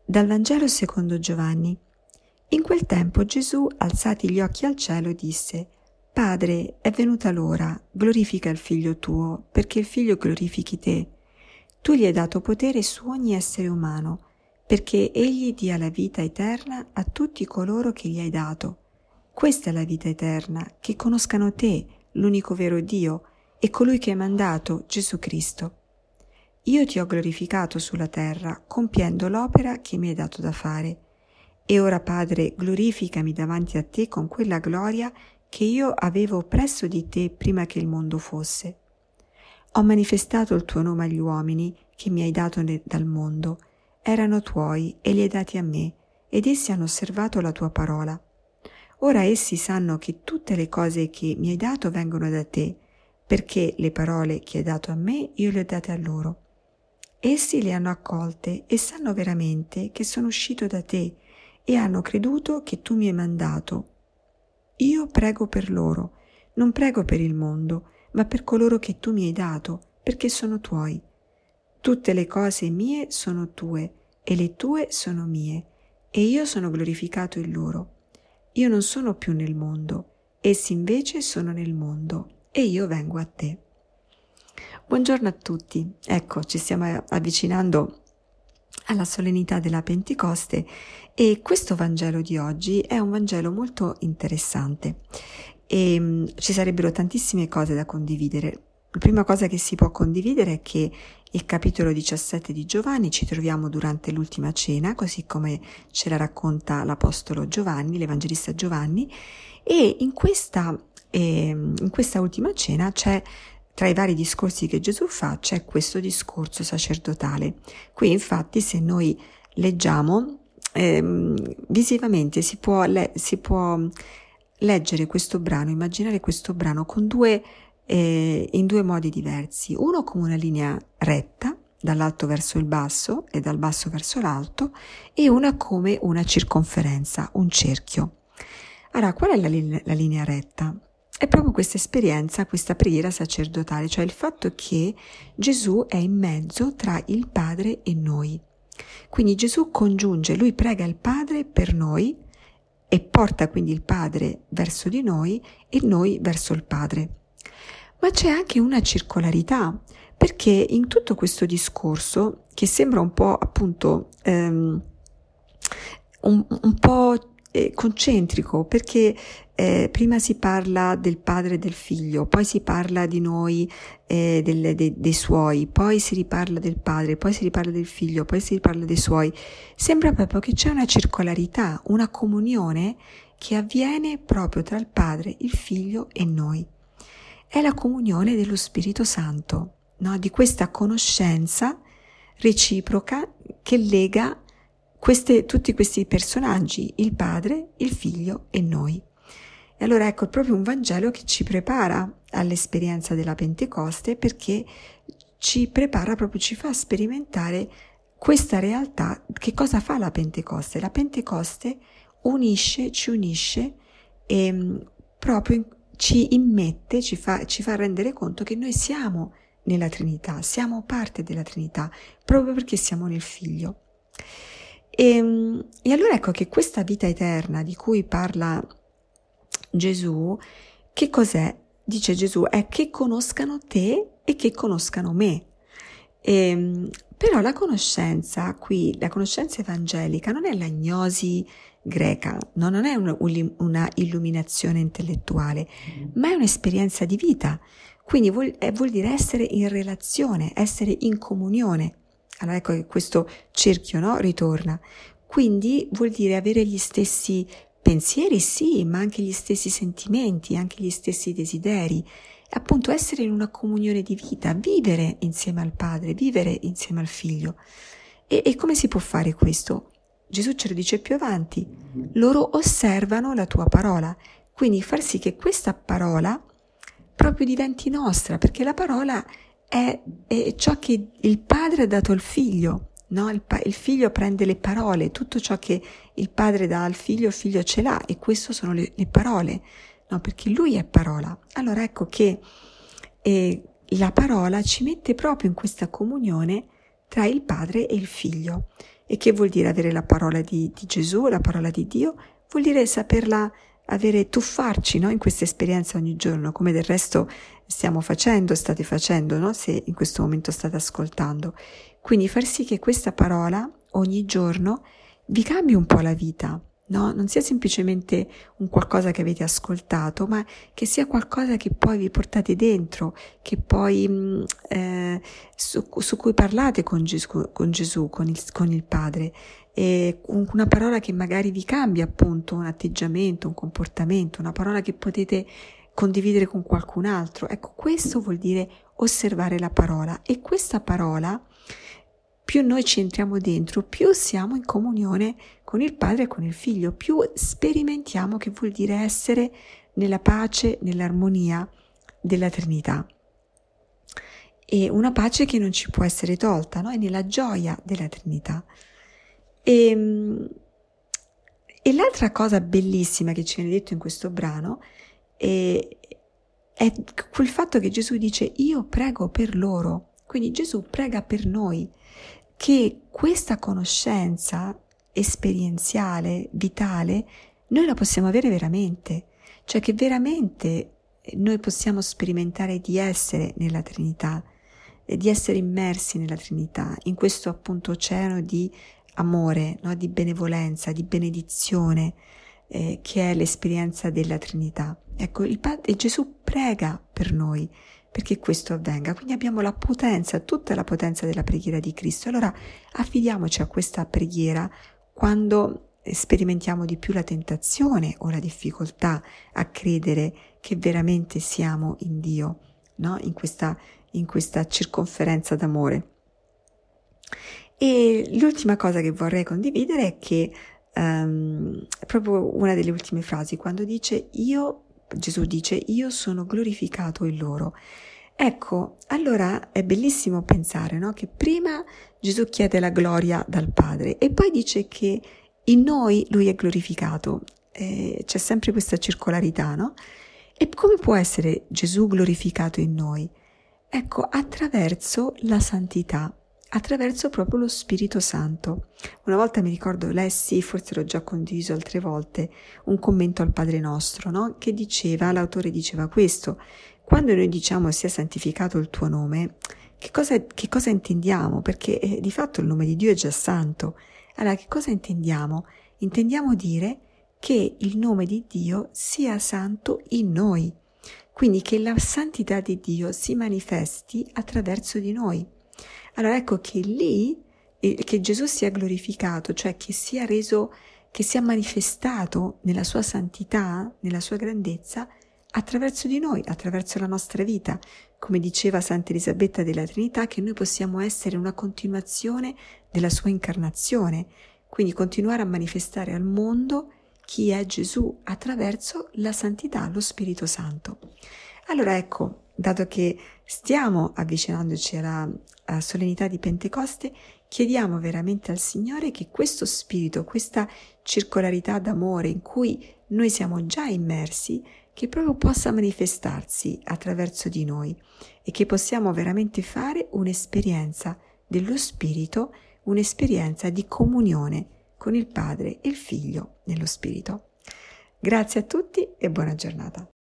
Dal Vangelo secondo Giovanni. In quel tempo Gesù, alzati gli occhi al cielo, disse: Padre, è venuta l'ora, glorifica il Figlio tuo, perché il Figlio glorifichi te. Tu gli hai dato potere su ogni essere umano, perché egli dia la vita eterna a tutti coloro che gli hai dato. Questa è la vita eterna, che conoscano te, l'unico vero Dio, e colui che hai mandato, Gesù Cristo. Io ti ho glorificato sulla terra, compiendo l'opera che mi hai dato da fare. E ora, Padre, glorificami davanti a te con quella gloria che io avevo presso di te prima che il mondo fosse. Ho manifestato il tuo nome agli uomini che mi hai dato dal mondo. Erano tuoi e li hai dati a me, ed essi hanno osservato la tua parola. Ora essi sanno che tutte le cose che mi hai dato vengono da te, perché le parole che hai dato a me io le ho date a loro. Essi le hanno accolte e sanno veramente che sono uscito da te e hanno creduto che tu mi hai mandato. Io prego per loro, non prego per il mondo, ma per coloro che tu mi hai dato, perché sono tuoi. Tutte le cose mie sono tue e le tue sono mie, e io sono glorificato in loro. Io non sono più nel mondo, essi invece sono nel mondo, e io vengo a te. Buongiorno a tutti, ecco, ci stiamo avvicinando alla solennità della Pentecoste e questo Vangelo di oggi è un Vangelo molto interessante e ci sarebbero tantissime cose da condividere. La prima cosa che si può condividere è che il capitolo 17 di Giovanni ci troviamo durante l'ultima cena, così come ce la racconta l'Apostolo Giovanni, l'Evangelista Giovanni, e in questa ultima cena c'è, tra i vari discorsi che Gesù fa, c'è questo discorso sacerdotale. Qui infatti, se noi leggiamo, visivamente si può leggere questo brano, immaginare questo brano con in due modi diversi. Uno come una linea retta, dall'alto verso il basso e dal basso verso l'alto, e una come una circonferenza, un cerchio. Allora, qual è la linea retta? È proprio questa esperienza, questa preghiera sacerdotale, cioè il fatto che Gesù è in mezzo tra il Padre e noi. Quindi Gesù congiunge, lui prega il Padre per noi e porta quindi il Padre verso di noi e noi verso il Padre. Ma c'è anche una circolarità, perché in tutto questo discorso, che sembra un po' appunto un po' concentrico, perché prima si parla del padre e del figlio, poi si parla di noi, dei suoi, poi si riparla del padre, poi si riparla del figlio, poi si riparla dei suoi. Sembra proprio che c'è una circolarità, una comunione che avviene proprio tra il padre, il figlio e noi. È la comunione dello Spirito Santo, no? Di questa conoscenza reciproca che lega tutti questi personaggi, il Padre, il Figlio e noi. E allora ecco, è proprio un Vangelo che ci prepara all'esperienza della Pentecoste, perché ci prepara, proprio ci fa sperimentare questa realtà. Che cosa fa la Pentecoste? La Pentecoste ci unisce e proprio ci immette, ci fa rendere conto che noi siamo nella Trinità, siamo parte della Trinità, proprio perché siamo nel Figlio. E allora ecco che questa vita eterna di cui parla Gesù, che cos'è? Dice Gesù, è che conoscano te e che conoscano me. Però la conoscenza qui, la conoscenza evangelica non è l'agnosi greca, no? Non è una illuminazione intellettuale, ma è un'esperienza di vita. Quindi vuol dire essere in relazione, essere in comunione. Allora ecco che questo cerchio, no, ritorna. Quindi vuol dire avere gli stessi pensieri, sì, ma anche gli stessi sentimenti, anche gli stessi desideri. Appunto essere in una comunione di vita, vivere insieme al Padre, vivere insieme al Figlio. E come si può fare questo? Gesù ce lo dice più avanti. Loro osservano la tua parola. Quindi far sì che questa parola proprio diventi nostra, perché la parola è ciò che il Padre ha dato al Figlio, no? Il Figlio prende le parole, tutto ciò che il Padre dà al Figlio, il Figlio ce l'ha, e queste sono le parole, no? Perché Lui è parola. Allora ecco che la parola ci mette proprio in questa comunione tra il Padre e il Figlio. E che vuol dire avere la parola di Gesù, la parola di Dio? Vuol dire saperla tuffarci, no? In questa esperienza ogni giorno, come del resto stiamo facendo, state facendo, no? Se in questo momento state ascoltando. Quindi far sì che questa parola ogni giorno vi cambi un po' la vita, no? Non sia semplicemente un qualcosa che avete ascoltato, ma che sia qualcosa che poi vi portate dentro, che poi su cui parlate con Gesù, con il Padre. E una parola che magari vi cambia appunto un atteggiamento, un comportamento, una parola che potete condividere con qualcun altro. Ecco, questo vuol dire osservare la parola, e questa parola, più noi ci entriamo dentro, più siamo in comunione con il Padre e con il Figlio, più sperimentiamo che vuol dire essere nella pace, nell'armonia della Trinità. E una pace che non ci può essere tolta, no? È nella gioia della Trinità. E l'altra cosa bellissima che ci viene detto in questo brano è quel fatto che Gesù dice: io prego per loro. Quindi Gesù prega per noi, che questa conoscenza esperienziale, vitale, noi la possiamo avere veramente, cioè che veramente noi possiamo sperimentare di essere nella Trinità, di essere immersi nella Trinità, in questo appunto oceano di amore, no? Di benevolenza, di benedizione, che è l'esperienza della Trinità. Ecco, Gesù prega per noi perché questo avvenga, quindi abbiamo la potenza, tutta la potenza della preghiera di Cristo. Allora affidiamoci a questa preghiera quando sperimentiamo di più la tentazione o la difficoltà a credere che veramente siamo in Dio, no? In questa circonferenza d'amore. E l'ultima cosa che vorrei condividere è che proprio una delle ultime frasi, quando Gesù dice: io sono glorificato in loro. Ecco, allora è bellissimo pensare, no? Che prima Gesù chiede la gloria dal Padre e poi dice che in noi Lui è glorificato. C'è sempre questa circolarità, no? E come può essere Gesù glorificato in noi? Ecco, attraverso la santità, attraverso proprio lo Spirito Santo. Una volta mi ricordo, lessi, forse l'ho già condiviso altre volte, un commento al Padre Nostro, no? Che l'autore diceva questo: quando noi diciamo sia santificato il tuo nome, che cosa intendiamo? Perché di fatto il nome di Dio è già santo. Allora, che cosa intendiamo? Intendiamo dire che il nome di Dio sia santo in noi, quindi che la santità di Dio si manifesti attraverso di noi. Allora ecco che lì, che Gesù sia glorificato, cioè che sia manifestato nella sua santità, nella sua grandezza, attraverso di noi, attraverso la nostra vita. Come diceva Santa Elisabetta della Trinità, che noi possiamo essere una continuazione della sua incarnazione, quindi continuare a manifestare al mondo chi è Gesù attraverso la santità, lo Spirito Santo. Allora ecco, dato che stiamo avvicinandoci alla solennità di Pentecoste, chiediamo veramente al Signore che questo spirito, questa circolarità d'amore in cui noi siamo già immersi, che proprio possa manifestarsi attraverso di noi e che possiamo veramente fare un'esperienza dello Spirito, un'esperienza di comunione con il Padre e il Figlio nello Spirito. Grazie a tutti e buona giornata.